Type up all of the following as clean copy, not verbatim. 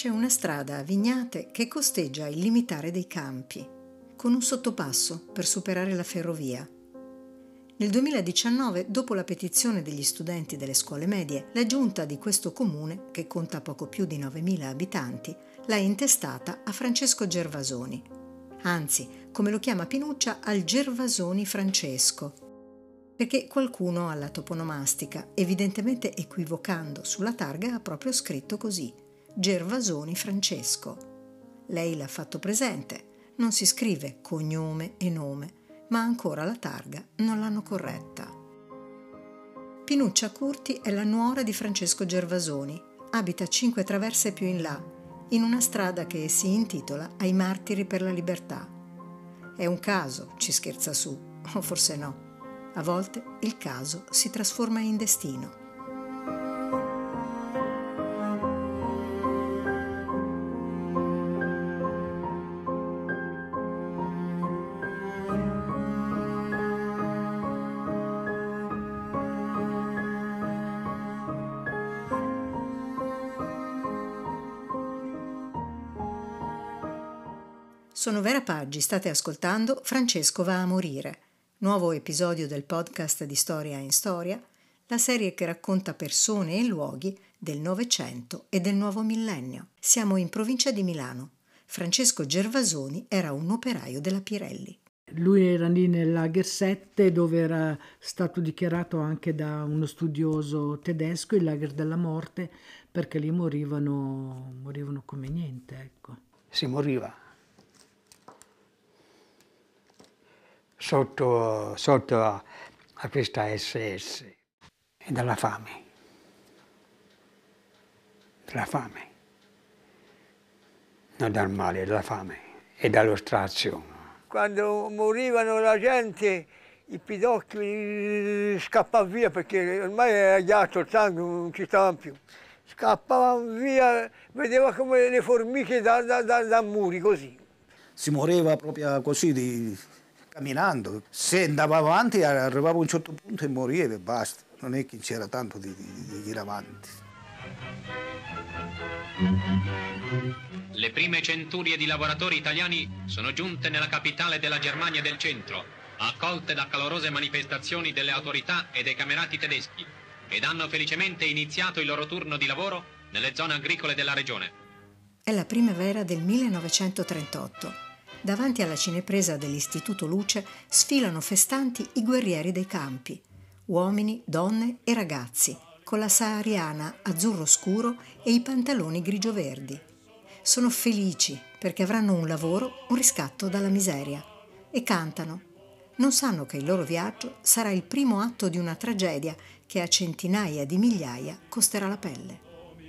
C'è una strada a Vignate che costeggia il limitare dei campi, con un sottopasso per superare la ferrovia. Nel 2019, dopo la petizione degli studenti delle scuole medie, la giunta di questo comune, che conta poco più di 9.000 abitanti, l'ha intestata a Francesco Gervasoni. Anzi, come lo chiama Pinuccia, al Gervasoni Francesco, perché qualcuno alla toponomastica, evidentemente equivocando sulla targa, ha proprio scritto così: Gervasoni Francesco. Lei l'ha fatto presente, non si scrive cognome e nome, ma ancora la targa non l'hanno corretta. Pinuccia Curti è la nuora di Francesco Gervasoni, abita 5 traverse più in là, in una strada che si intitola Ai Martiri per la Libertà. È un caso, ci scherza su, o forse no. A volte il caso si trasforma in destino. Sono Vera Paggi, state ascoltando Francesco va a morire, nuovo episodio del podcast di Storia in Storia, la serie che racconta persone e luoghi del Novecento e del nuovo millennio. Siamo in provincia di Milano. Francesco Gervasoni era un operaio della Pirelli. Lui era lì nel Lager 7, dove era stato dichiarato anche da uno studioso tedesco il Lager della morte, perché lì morivano come niente, ecco. Si moriva sotto a questa SS e dalla fame, non dal male, dalla fame e dallo strazio. Quando morivano la gente, i pidocchi scappavano via perché ormai era ghiaccio, il sangue non ci stava più. Scappavano via, vedeva come le formiche da muri così. Si moriva proprio così, camminando. Se andava avanti arrivava a un certo punto e moriva e basta. Non è che c'era tanto di ir avanti. Le prime centurie di lavoratori italiani sono giunte nella capitale della Germania del Centro, accolte da calorose manifestazioni delle autorità e dei camerati tedeschi, ed hanno felicemente iniziato il loro turno di lavoro nelle zone agricole della regione. È la primavera del 1938. Davanti alla cinepresa dell'Istituto Luce sfilano festanti i guerrieri dei campi, uomini, donne e ragazzi, con la sahariana azzurro scuro e i pantaloni grigio-verdi. Sono felici perché avranno un lavoro, un riscatto dalla miseria, e cantano. Non sanno che il loro viaggio sarà il primo atto di una tragedia che a centinaia di migliaia costerà la pelle.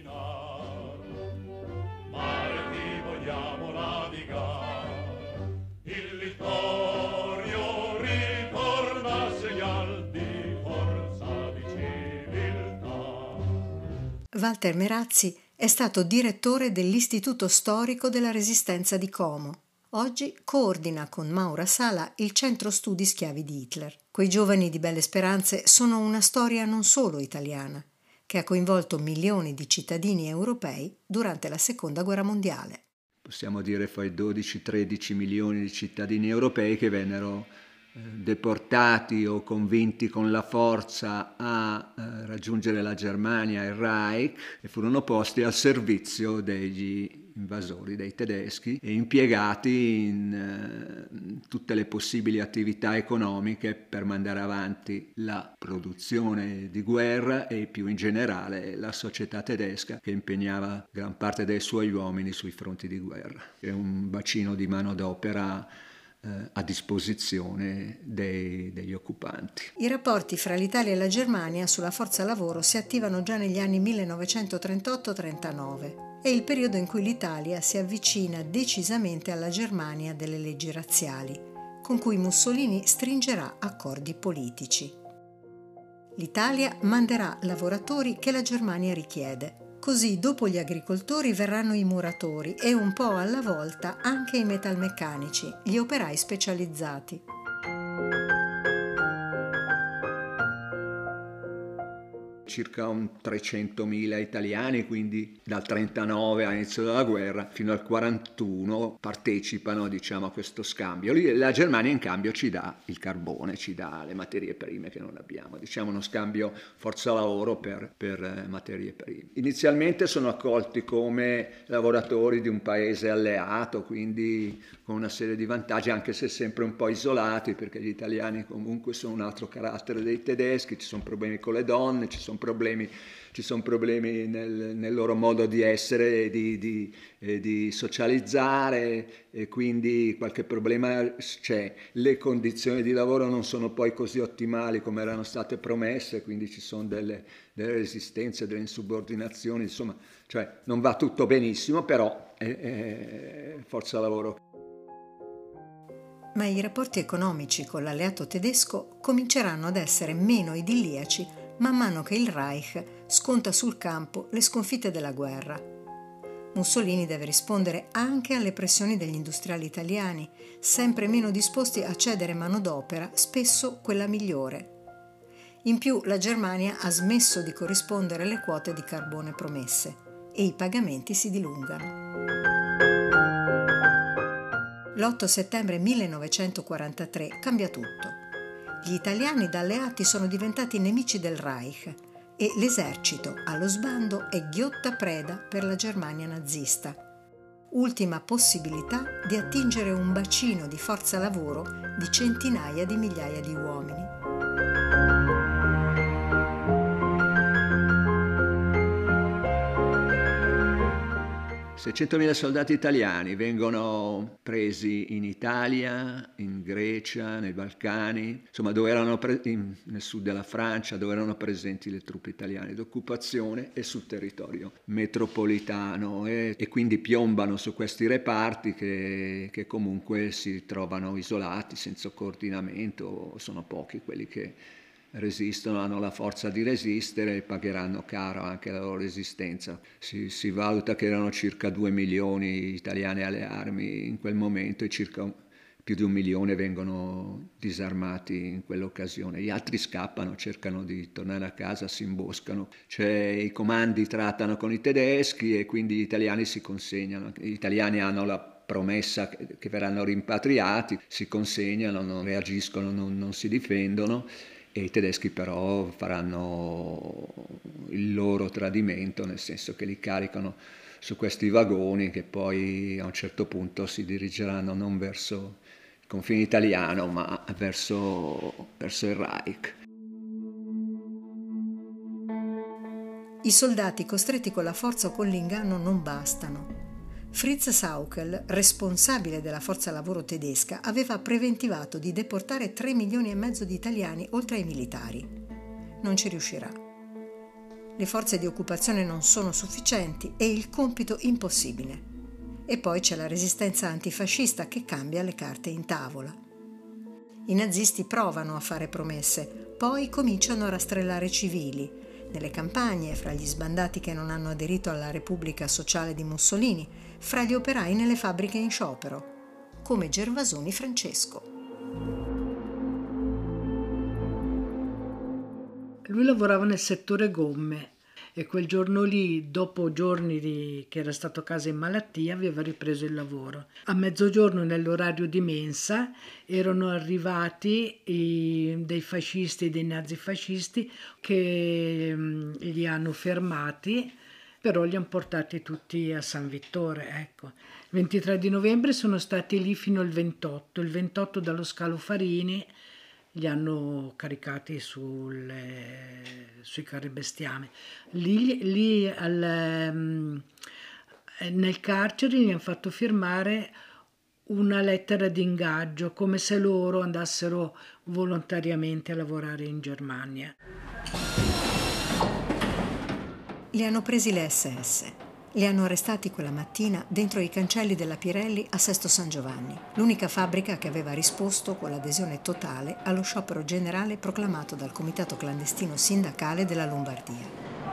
Walter Merazzi è stato direttore dell'Istituto Storico della Resistenza di Como. Oggi coordina con Maura Sala il Centro Studi Schiavi di Hitler. Quei giovani di belle speranze sono una storia non solo italiana, che ha coinvolto milioni di cittadini europei durante la Seconda Guerra Mondiale. Possiamo dire fra i 12-13 milioni di cittadini europei che vennero deportati o convinti con la forza a raggiungere la Germania e il Reich e furono posti al servizio degli invasori, dei tedeschi, e impiegati in tutte le possibili attività economiche per mandare avanti la produzione di guerra e più in generale la società tedesca, che impegnava gran parte dei suoi uomini sui fronti di guerra. È un bacino di manodopera a disposizione degli occupanti. I rapporti fra l'Italia e la Germania sulla forza lavoro si attivano già negli anni 1938-39. È il periodo in cui l'Italia si avvicina decisamente alla Germania delle leggi razziali, con cui Mussolini stringerà accordi politici. L'Italia manderà lavoratori che la Germania richiede. Così dopo gli agricoltori verranno i muratori e un po' alla volta anche i metalmeccanici, gli operai specializzati. circa 300.000 italiani, quindi dal 39 all'inizio della guerra fino al 41 partecipano, diciamo, a questo scambio. La Germania in cambio ci dà il carbone, ci dà le materie prime che non abbiamo, diciamo uno scambio forza lavoro per materie prime. Inizialmente sono accolti come lavoratori di un paese alleato, quindi con una serie di vantaggi, anche se sempre un po' isolati, perché gli italiani comunque sono un altro carattere dei tedeschi, ci sono problemi con le donne, ci sono problemi nel loro modo di essere e di socializzare, e quindi qualche problema c'è. Le condizioni di lavoro non sono poi così ottimali come erano state promesse, quindi ci sono delle resistenze, delle insubordinazioni, insomma, cioè non va tutto benissimo, però è forza lavoro. Ma i rapporti economici con l'alleato tedesco cominceranno ad essere meno idilliaci man mano che il Reich sconta sul campo le sconfitte della guerra. Mussolini deve rispondere anche alle pressioni degli industriali italiani, sempre meno disposti a cedere manodopera, spesso quella migliore. In più la Germania ha smesso di corrispondere alle quote di carbone promesse e i pagamenti si dilungano. L'8 settembre 1943 cambia tutto. Gli italiani da alleati sono diventati nemici del Reich e l'esercito, allo sbando, è ghiotta preda per la Germania nazista. Ultima possibilità di attingere un bacino di forza lavoro di centinaia di migliaia di uomini. 600.000 soldati italiani vengono presi in Italia, in Grecia, nei Balcani, insomma dove erano nel sud della Francia, dove erano presenti le truppe italiane d'occupazione e sul territorio metropolitano, e quindi piombano su questi reparti che comunque si trovano isolati, senza coordinamento. Sono pochi quelli che resistono, hanno la forza di resistere e pagheranno caro anche la loro resistenza. Si valuta che erano circa 2 milioni italiani alle armi in quel momento e circa più di 1 milione vengono disarmati in quell'occasione. Gli altri scappano, cercano di tornare a casa, si imboscano. I comandi trattano con i tedeschi e quindi gli italiani si consegnano. Gli italiani hanno la promessa che verranno rimpatriati, si consegnano, non reagiscono, non si difendono. E i tedeschi però faranno il loro tradimento, nel senso che li caricano su questi vagoni che poi a un certo punto si dirigeranno non verso il confine italiano ma verso il Reich. I soldati costretti con la forza o con l'inganno non bastano. Fritz Sauckel, responsabile della forza lavoro tedesca, aveva preventivato di deportare 3 milioni e mezzo di italiani oltre ai militari. Non ci riuscirà. Le forze di occupazione non sono sufficienti e il compito impossibile. E poi c'è la resistenza antifascista che cambia le carte in tavola. I nazisti provano a fare promesse, poi cominciano a rastrellare civili. Nelle campagne, fra gli sbandati che non hanno aderito alla Repubblica Sociale di Mussolini, fra gli operai nelle fabbriche in sciopero, come Gervasoni Francesco. Lui lavorava nel settore gomme e quel giorno lì, dopo giorni che era stato a casa in malattia, aveva ripreso il lavoro. A mezzogiorno, nell'orario di mensa, erano arrivati dei fascisti, dei nazifascisti, che li hanno fermati, però li hanno portati tutti a San Vittore, ecco. Il 23 di novembre sono stati lì fino al 28. Il 28 dallo scalo Farini li hanno caricati sui carri bestiame. Lì nel carcere gli hanno fatto firmare una lettera di ingaggio, come se loro andassero volontariamente a lavorare in Germania. Li hanno presi le SS. Li hanno arrestati quella mattina dentro i cancelli della Pirelli a Sesto San Giovanni, l'unica fabbrica che aveva risposto con l'adesione totale allo sciopero generale proclamato dal comitato clandestino sindacale della Lombardia.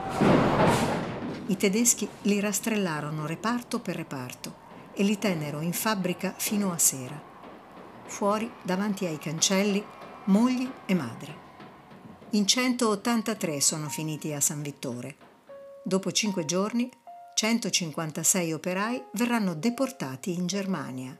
I tedeschi li rastrellarono reparto per reparto e li tennero in fabbrica fino a sera. Fuori, davanti ai cancelli, mogli e madri. In 183 sono finiti a San Vittore. Dopo 5 giorni, 156 operai verranno deportati in Germania.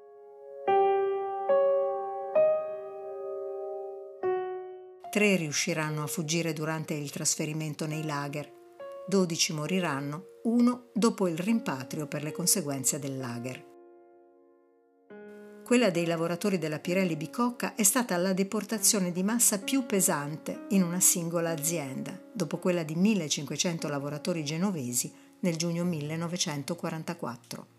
Tre riusciranno a fuggire durante il trasferimento nei lager. 12 moriranno, 1 dopo il rimpatrio per le conseguenze del lager. Quella dei lavoratori della Pirelli Bicocca è stata la deportazione di massa più pesante in una singola azienda, dopo quella di 1500 lavoratori genovesi nel giugno 1944.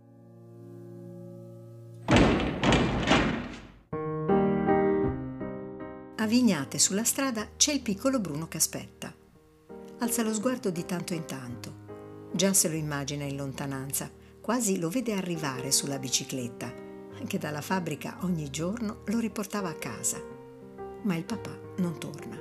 A Vignate sulla strada c'è il piccolo Bruno che aspetta. Alza lo sguardo di tanto in tanto. Già se lo immagina in lontananza, quasi lo vede arrivare sulla bicicletta, che dalla fabbrica ogni giorno lo riportava a casa. Ma il papà non torna.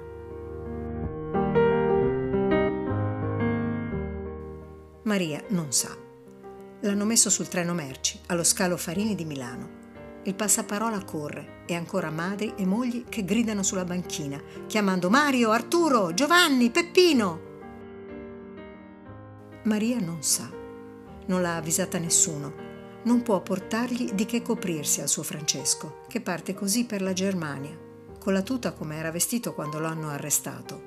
Maria non sa. L'hanno messo sul treno merci allo scalo Farini di Milano. Il passaparola corre e ancora madri e mogli che gridano sulla banchina, chiamando Mario, Arturo, Giovanni, Peppino. Maria non sa, non l'ha avvisata nessuno, non può portargli di che coprirsi al suo Francesco, che parte così per la Germania, con la tuta come era vestito quando lo hanno arrestato.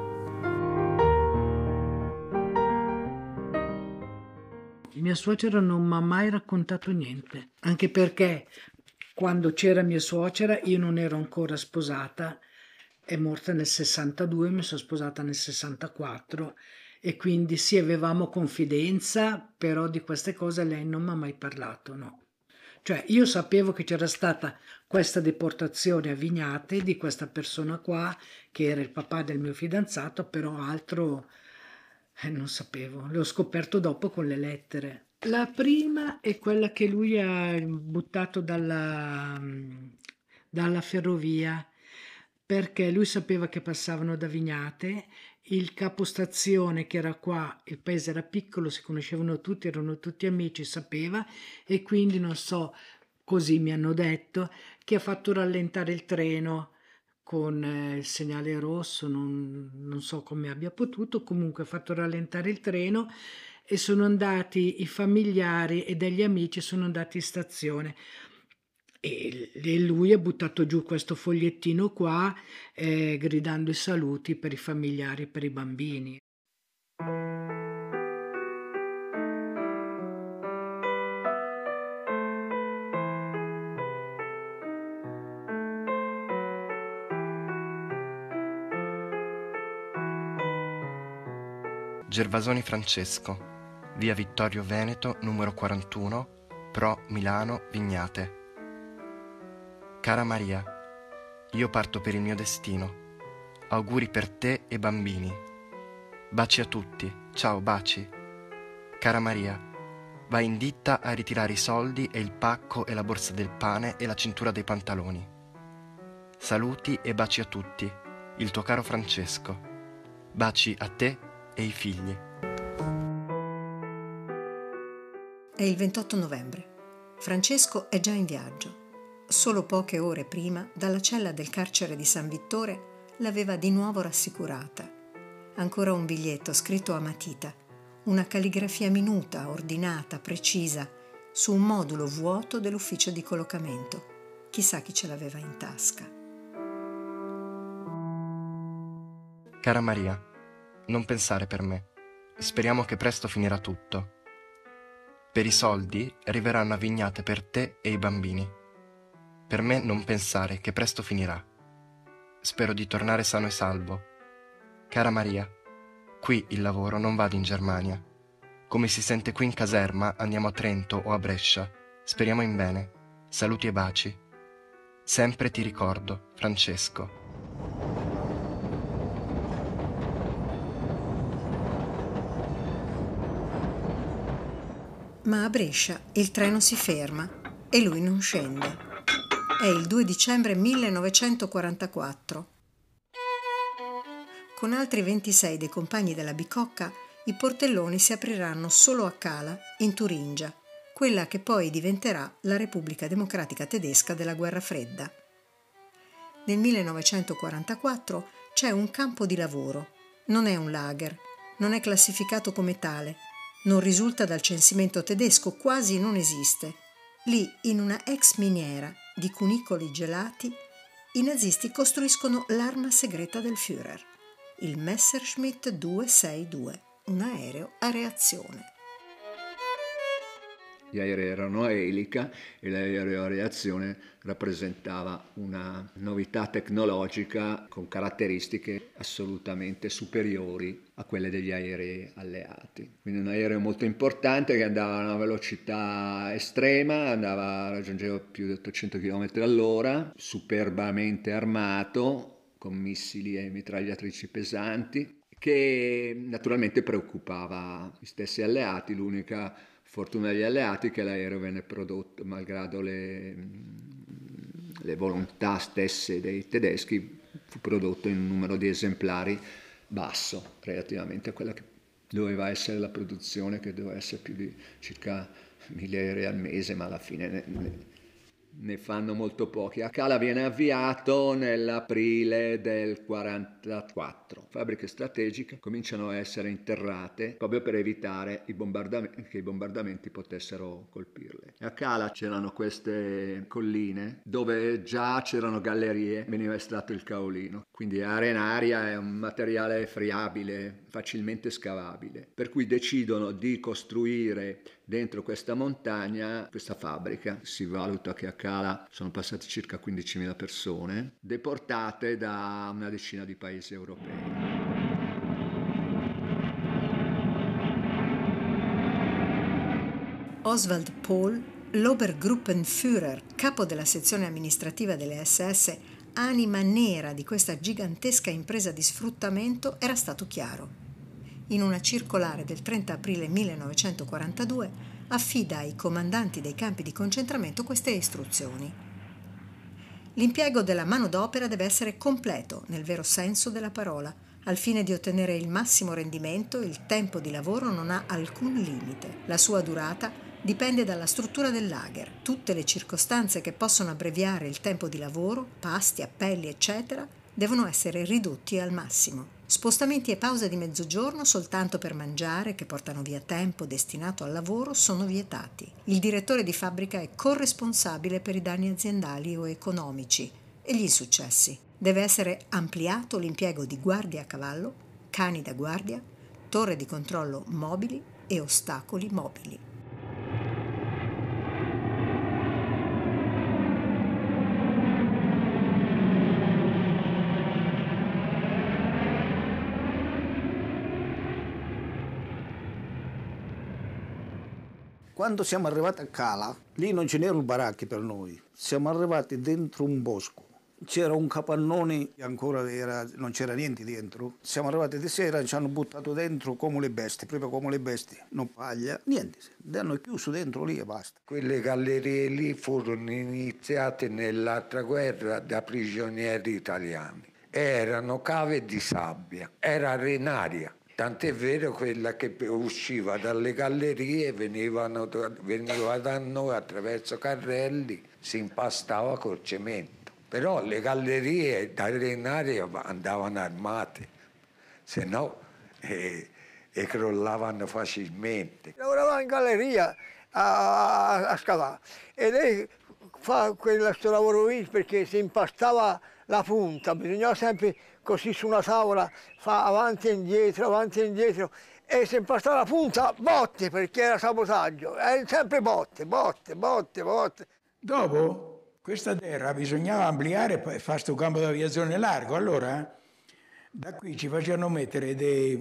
Mia suocera non mi ha mai raccontato niente, anche perché quando c'era mia suocera io non ero ancora sposata, è morta nel 62, mi sono sposata nel 64 e quindi sì, avevamo confidenza, però di queste cose lei non mi ha mai parlato, no. Cioè io sapevo che c'era stata questa deportazione a Vignate di questa persona qua, che era il papà del mio fidanzato, però altro non sapevo, l'ho scoperto dopo con le lettere. La prima è quella che lui ha buttato dalla ferrovia, perché lui sapeva che passavano da Vignate, il capostazione che era qua, il paese era piccolo, si conoscevano tutti, erano tutti amici, sapeva, e quindi non so, così mi hanno detto, che ha fatto rallentare il treno con il segnale rosso, non so come abbia potuto, comunque ha fatto rallentare il treno e sono andati i familiari e degli amici, sono andati in stazione e lui ha buttato giù questo fogliettino qua gridando i saluti per i familiari e per i bambini. Gervasoni Francesco, via Vittorio Veneto, numero 41, Pro Milano, Vignate. Cara Maria, io parto per il mio destino. Auguri per te e bambini. Baci a tutti, ciao, baci. Cara Maria, vai in ditta a ritirare i soldi e il pacco e la borsa del pane e la cintura dei pantaloni. Saluti e baci a tutti, il tuo caro Francesco. Baci a te e i figli. È il 28 novembre. Francesco è già in viaggio. Solo poche ore prima, dalla cella del carcere di San Vittore, l'aveva di nuovo rassicurata. Ancora un biglietto scritto a matita, una calligrafia minuta, ordinata, precisa, su un modulo vuoto dell'ufficio di collocamento. Chissà chi ce l'aveva in tasca. Cara Maria, non pensare per me. Speriamo che presto finirà tutto. Per i soldi arriveranno a Vignate per te e i bambini. Per me non pensare che presto finirà. Spero di tornare sano e salvo. Cara Maria, qui il lavoro non vado in Germania. Come si sente qui in caserma andiamo a Trento o a Brescia. Speriamo in bene. Saluti e baci. Sempre ti ricordo, Francesco. Ma a Brescia il treno si ferma e lui non scende. È il 2 dicembre 1944. Con altri 26 dei compagni della Bicocca, i portelloni si apriranno solo a Cala, in Turingia, quella che poi diventerà la Repubblica Democratica Tedesca della Guerra Fredda. Nel 1944 c'è un campo di lavoro, non è un lager, non è classificato come tale, non risulta dal censimento tedesco, quasi non esiste. Lì, in una ex miniera di cunicoli gelati, i nazisti costruiscono l'arma segreta del Führer, il Messerschmitt 262, un aereo a reazione. Gli aerei erano a elica e l'aereo a reazione rappresentava una novità tecnologica con caratteristiche assolutamente superiori a quelle degli aerei alleati. Quindi un aereo molto importante che andava a una velocità estrema, raggiungeva più di 800 km all'ora, superbamente armato con missili e mitragliatrici pesanti, che naturalmente preoccupava gli stessi alleati. L'unica fortuna degli alleati è che l'aereo venne prodotto, malgrado le volontà stesse dei tedeschi, fu prodotto in un numero di esemplari basso relativamente a quella che doveva essere la produzione, che doveva essere più di circa 1000 aerei al mese, ma alla fine ne fanno molto pochi. A Cala viene avviato nell'aprile del 44. Fabbriche strategiche cominciano a essere interrate proprio per evitare che i bombardamenti potessero colpirle. A Cala c'erano queste colline dove già c'erano gallerie, veniva estratto il caolino. Quindi arenaria è un materiale friabile, facilmente scavabile, per cui decidono di costruire dentro questa montagna questa fabbrica. Si valuta che a Cala sono passati circa 15.000 persone, deportate da una decina di paesi europei. Oswald Pohl, l'Obergruppenführer, capo della sezione amministrativa delle SS, anima nera di questa gigantesca impresa di sfruttamento, era stato chiaro. In una circolare del 30 aprile 1942 affida ai comandanti dei campi di concentramento queste istruzioni. L'impiego della manodopera deve essere completo, nel vero senso della parola. Al fine di ottenere il massimo rendimento, il tempo di lavoro non ha alcun limite. La sua durata dipende dalla struttura del lager. Tutte le circostanze che possono abbreviare il tempo di lavoro, pasti, appelli, eccetera, devono essere ridotti al massimo. Spostamenti e pause di mezzogiorno soltanto per mangiare, che portano via tempo destinato al lavoro, sono vietati. Il direttore di fabbrica è corresponsabile per i danni aziendali o economici e gli insuccessi. Deve essere ampliato l'impiego di guardie a cavallo, cani da guardia, torre di controllo mobili e ostacoli mobili. Quando siamo arrivati a Cala, lì non ce n'erano baracchi per noi. Siamo arrivati dentro un bosco. C'era un capannone, ancora non c'era niente dentro. Siamo arrivati di sera e ci hanno buttato dentro come le bestie, proprio come le bestie. Non paglia, niente. Hanno chiuso dentro lì e basta. Quelle gallerie lì furono iniziate nell'altra guerra da prigionieri italiani. Erano cave di sabbia, era arenaria. Tant'è vero quella che usciva dalle gallerie veniva da noi attraverso carrelli, si impastava col cemento. Però le gallerie arenarie andavano armate, se no crollavano facilmente. Lavorava in galleria a scavare e lei fa questo lavoro lì perché si impastava la punta, bisognava sempre così su una tavola, fa avanti e indietro, e se impastava la punta, botte, perché era sabotaggio, sempre botte. Dopo, questa terra bisognava ampliare e fare questo campo di aviazione largo, allora da qui ci facevano mettere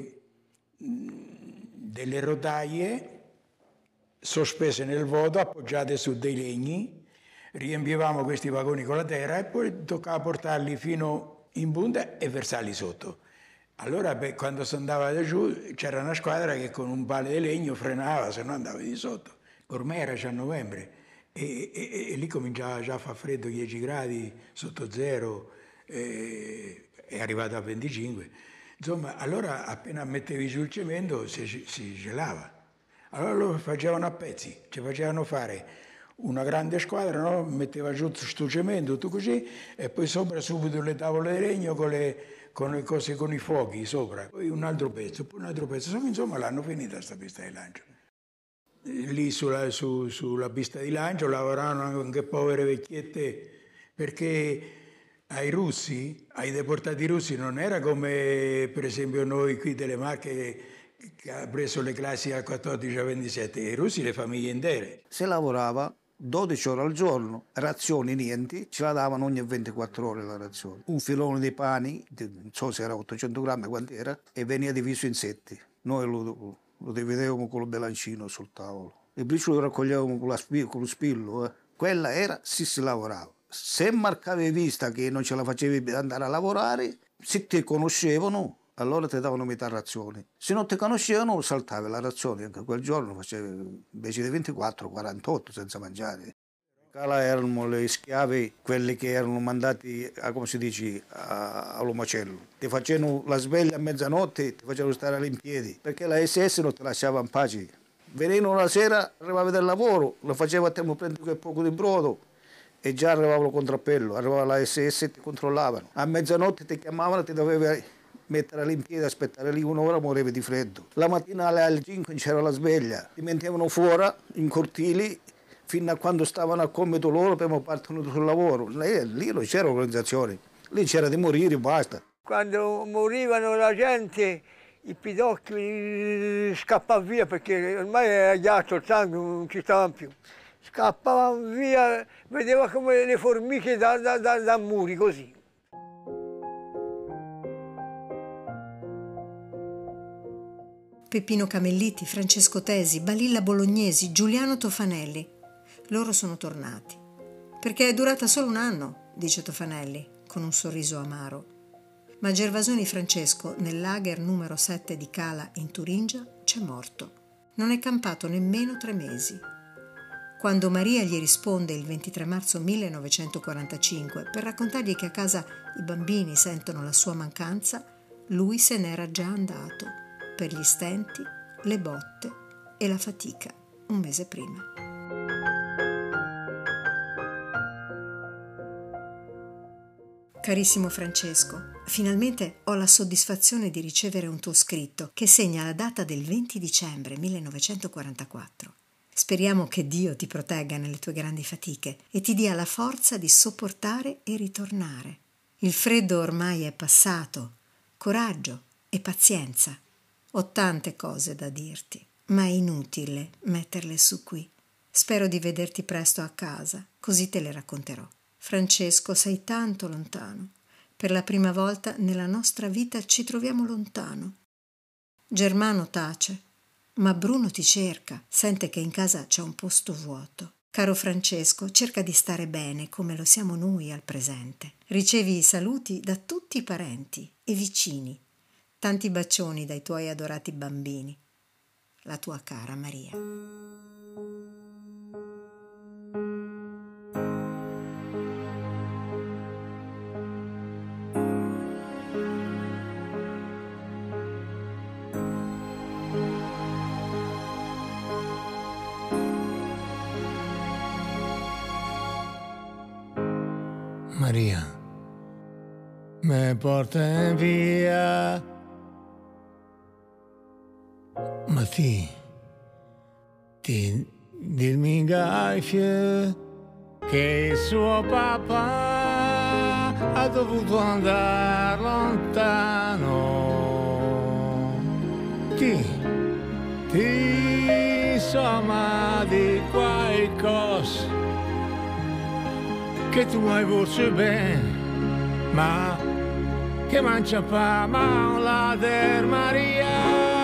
delle rotaie sospese nel vuoto, appoggiate su dei legni, riempivamo questi vagoni con la terra e poi toccava portarli fino in punta e versarli sotto. Allora quando si andava da giù c'era una squadra che con un palo di legno frenava, se no andava di sotto. Ormai era già novembre e lì cominciava già a far freddo, 10 gradi sotto zero, è arrivato a 25. Insomma, allora appena mettevi sul cemento si gelava. Allora lo facevano a pezzi, ci facevano fare una grande squadra, no? Metteva giù sto cemento, tutto così, e poi sopra subito le tavole di legno con le cose, con i fuochi sopra. Poi un altro pezzo, poi un altro pezzo. Insomma, l'hanno finita sta pista di lancio. Lì sulla pista di lancio lavoravano anche povere vecchiette, perché ai russi, ai deportati russi, non era come per esempio noi qui delle Marche che ha preso le classi a 14 a 27, i russi le famiglie intere. Si lavorava 12 ore al giorno, razioni niente, ce la davano ogni 24 ore la razione. Un filone di pani, non so se era 800 grammi, quanto era, e veniva diviso in 7. Noi lo dividevamo con lo bilancino sul tavolo. Il briciolo lo raccoglievamo con lo spillo. Quella era, si lavorava. Se marcavi vista che non ce la facevi andare a lavorare, se ti conoscevano, allora ti davano metà razioni. Se non ti conoscevano, saltavi la razione. Anche quel giorno facevi invece di 24, 48 senza mangiare. Cala erano le schiavi, quelli che erano mandati, come si dice, allo macello. Ti facevano la sveglia a mezzanotte, ti facevano stare in piedi, perché la SS non ti lasciava in pace. Venivano la sera, arrivavi del lavoro, lo faceva a tempo prendere quel poco di brodo, e già arrivava il contrappello, arrivava la SS e ti controllavano. A mezzanotte ti chiamavano, ti dovevi mettere lì in piedi, aspettare lì un'ora, morivi di freddo. La mattina alle 5 c'era la sveglia, ti mettevano fuori in cortili fino a quando stavano a compito loro prima partono sul lavoro. Lì non c'era organizzazione, lì c'era di morire e basta. Quando morivano la gente, i pidocchi scappavano via perché ormai era ghiaccio, il sangue non ci stavano più. Scappavano via, vedeva come le formiche da muri, così. Peppino Camelliti, Francesco Tesi, Balilla Bolognesi, Giuliano Tofanelli. Loro sono tornati. Perché è durata solo un anno, dice Tofanelli, con un sorriso amaro. Ma Gervasoni Francesco, nel lager numero 7 di Cala in Turingia, c'è morto. Non è campato nemmeno 3 mesi. Quando Maria gli risponde il 23 marzo 1945 per raccontargli che a casa i bambini sentono la sua mancanza, lui se n'era già andato, per gli stenti, le botte e la fatica, un mese prima. Carissimo Francesco, finalmente ho la soddisfazione di ricevere un tuo scritto che segna la data del 20 dicembre 1944. Speriamo che Dio ti protegga nelle tue grandi fatiche e ti dia la forza di sopportare e ritornare. Il freddo ormai è passato, coraggio e pazienza. Ho tante cose da dirti, ma è inutile metterle su qui. Spero di vederti presto a casa, così te le racconterò. Francesco, sei tanto lontano. Per la prima volta nella nostra vita ci troviamo lontano. Germano tace, ma Bruno ti cerca, sente che in casa c'è un posto vuoto. Caro Francesco, cerca di stare bene come lo siamo noi al presente. Ricevi i saluti da tutti i parenti e vicini. Tanti bacioni dai tuoi adorati bambini. La tua cara Maria. Maria, me porta via, ma ti dirmi gaffie che il suo papà ha dovuto andare lontano. Ti insomma di qualcosa che tu hai voce bene, ma che mangia pa la der Maria.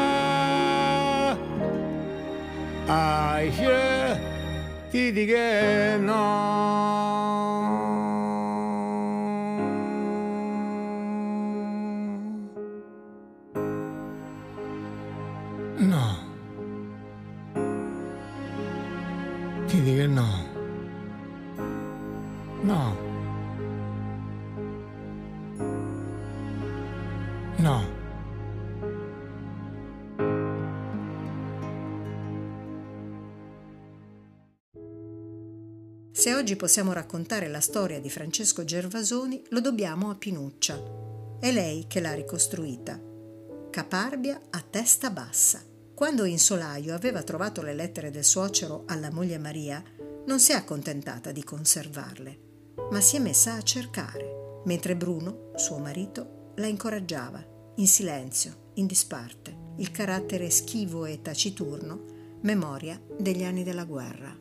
Ai ti dico no. No. Ti dico no. No. No. Se oggi possiamo raccontare la storia di Francesco Gervasoni, lo dobbiamo a Pinuccia. È lei che l'ha ricostruita. Caparbia a testa bassa. Quando in solaio aveva trovato le lettere del suocero alla moglie Maria, non si è accontentata di conservarle, ma si è messa a cercare, mentre Bruno, suo marito, la incoraggiava, in silenzio, in disparte, il carattere schivo e taciturno, memoria degli anni della guerra.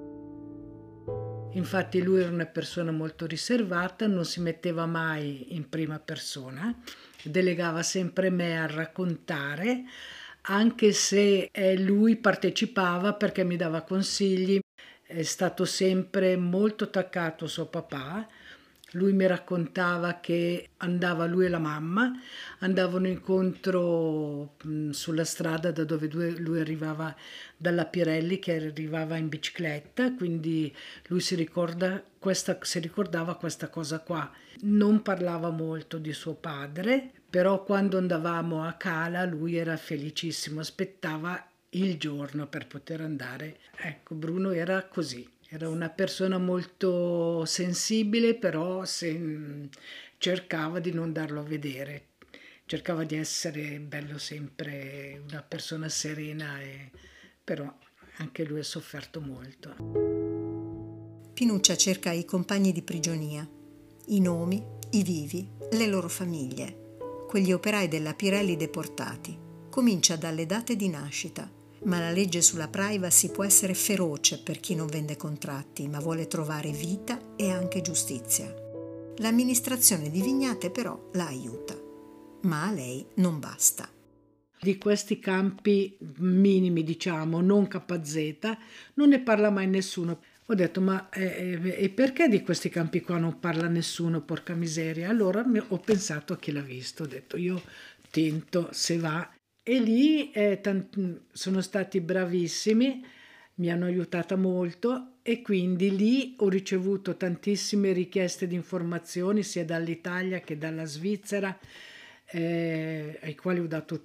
Infatti lui era una persona molto riservata, non si metteva mai in prima persona, delegava sempre me a raccontare, anche se lui partecipava perché mi dava consigli. È stato sempre molto attaccato a suo papà. Lui mi raccontava che lui e la mamma andavano incontro sulla strada da dove lui arrivava dalla Pirelli, che arrivava in bicicletta, quindi lui si ricordava questa cosa qua. Non parlava molto di suo padre, però quando andavamo a Cala lui era felicissimo, aspettava il giorno per poter andare. Ecco, Bruno era così. Era una persona molto sensibile, però cercava di non darlo a vedere, cercava di essere bello sempre, una persona serena, però anche lui ha sofferto molto. Pinuccia cerca i compagni di prigionia, i nomi, i vivi, le loro famiglie, quegli operai della Pirelli deportati. Comincia dalle date di nascita. Ma la legge sulla privacy può essere feroce per chi non vende contratti, ma vuole trovare vita e anche giustizia. L'amministrazione di Vignate però la aiuta, ma a lei non basta. Di questi campi minimi, diciamo, non KZ, non ne parla mai nessuno. Ho detto, ma e perché di questi campi qua non parla nessuno, porca miseria? Allora ho pensato a chi l'ha visto, ho detto, io tento, se va. E lì sono stati bravissimi, mi hanno aiutata molto e quindi lì ho ricevuto tantissime richieste di informazioni sia dall'Italia che dalla Svizzera, ai quali ho dato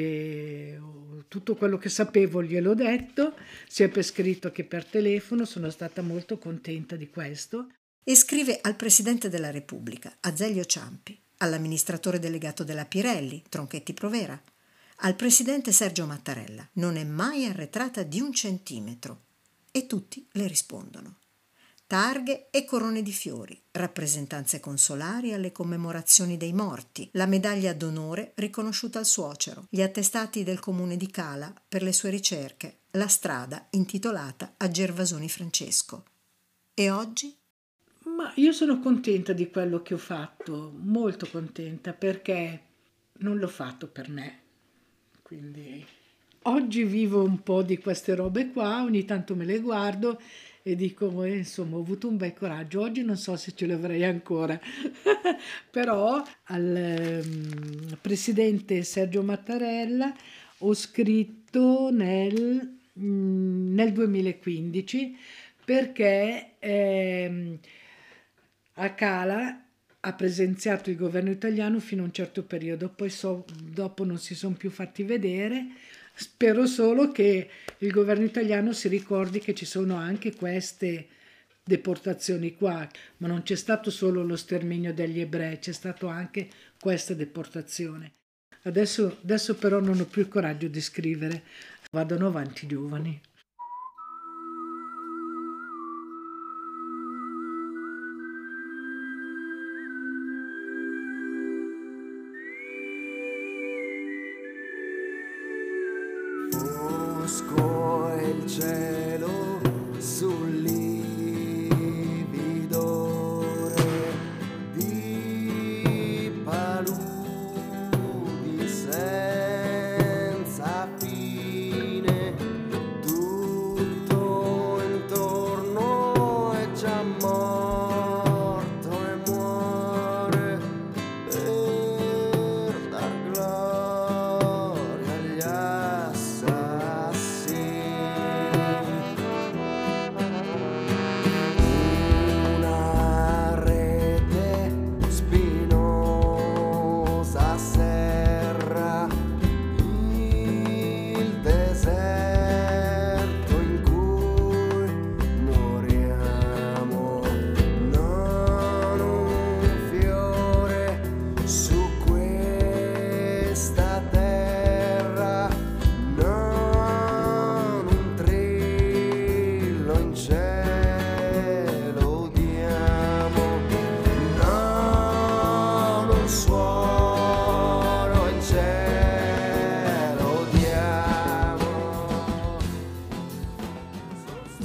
tutto quello che sapevo, gliel'ho detto, sia per scritto che per telefono. Sono stata molto contenta di questo. E scrive al Presidente della Repubblica, Azeglio Ciampi, all'amministratore delegato della Pirelli, Tronchetti Provera, al presidente Sergio Mattarella. Non è mai arretrata di 1 centimetro. E tutti le rispondono. Targhe e corone di fiori, rappresentanze consolari alle commemorazioni dei morti, la medaglia d'onore riconosciuta al suocero, gli attestati del comune di Cala per le sue ricerche, la strada intitolata a Gervasoni Francesco. E oggi? Ma io sono contenta di quello che ho fatto, molto contenta, perché non l'ho fatto per me. Quindi oggi vivo un po' di queste robe qua, ogni tanto me le guardo e dico, insomma, ho avuto un bel coraggio. Oggi non so se ce l'avrei ancora, però al presidente Sergio Mattarella ho scritto nel 2015 perché a Cala ha presenziato il governo italiano fino a un certo periodo, poi dopo non si sono più fatti vedere. Spero solo che il governo italiano si ricordi che ci sono anche queste deportazioni qua, ma non c'è stato solo lo sterminio degli ebrei, c'è stato anche questa deportazione. Adesso però non ho più il coraggio di scrivere, vadano avanti i giovani. Fosco è il cielo sul livido di paludi senza fine. Tu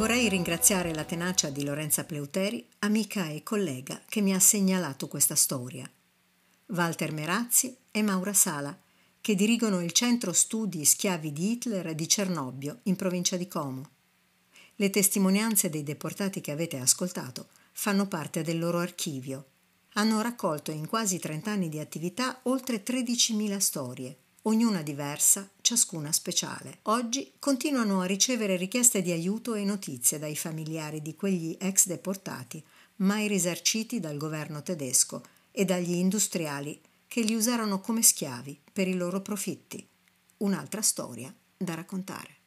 Vorrei ringraziare la tenacia di Lorenza Pleuteri, amica e collega che mi ha segnalato questa storia. Walter Merazzi e Maura Sala, che dirigono il Centro Studi Schiavi di Hitler di Cernobbio, in provincia di Como. Le testimonianze dei deportati che avete ascoltato fanno parte del loro archivio. Hanno raccolto in quasi 30 anni di attività oltre 13.000 storie, ognuna diversa, ciascuna speciale. Oggi continuano a ricevere richieste di aiuto e notizie dai familiari di quegli ex deportati mai risarciti dal governo tedesco e dagli industriali che li usarono come schiavi per i loro profitti. Un'altra storia da raccontare.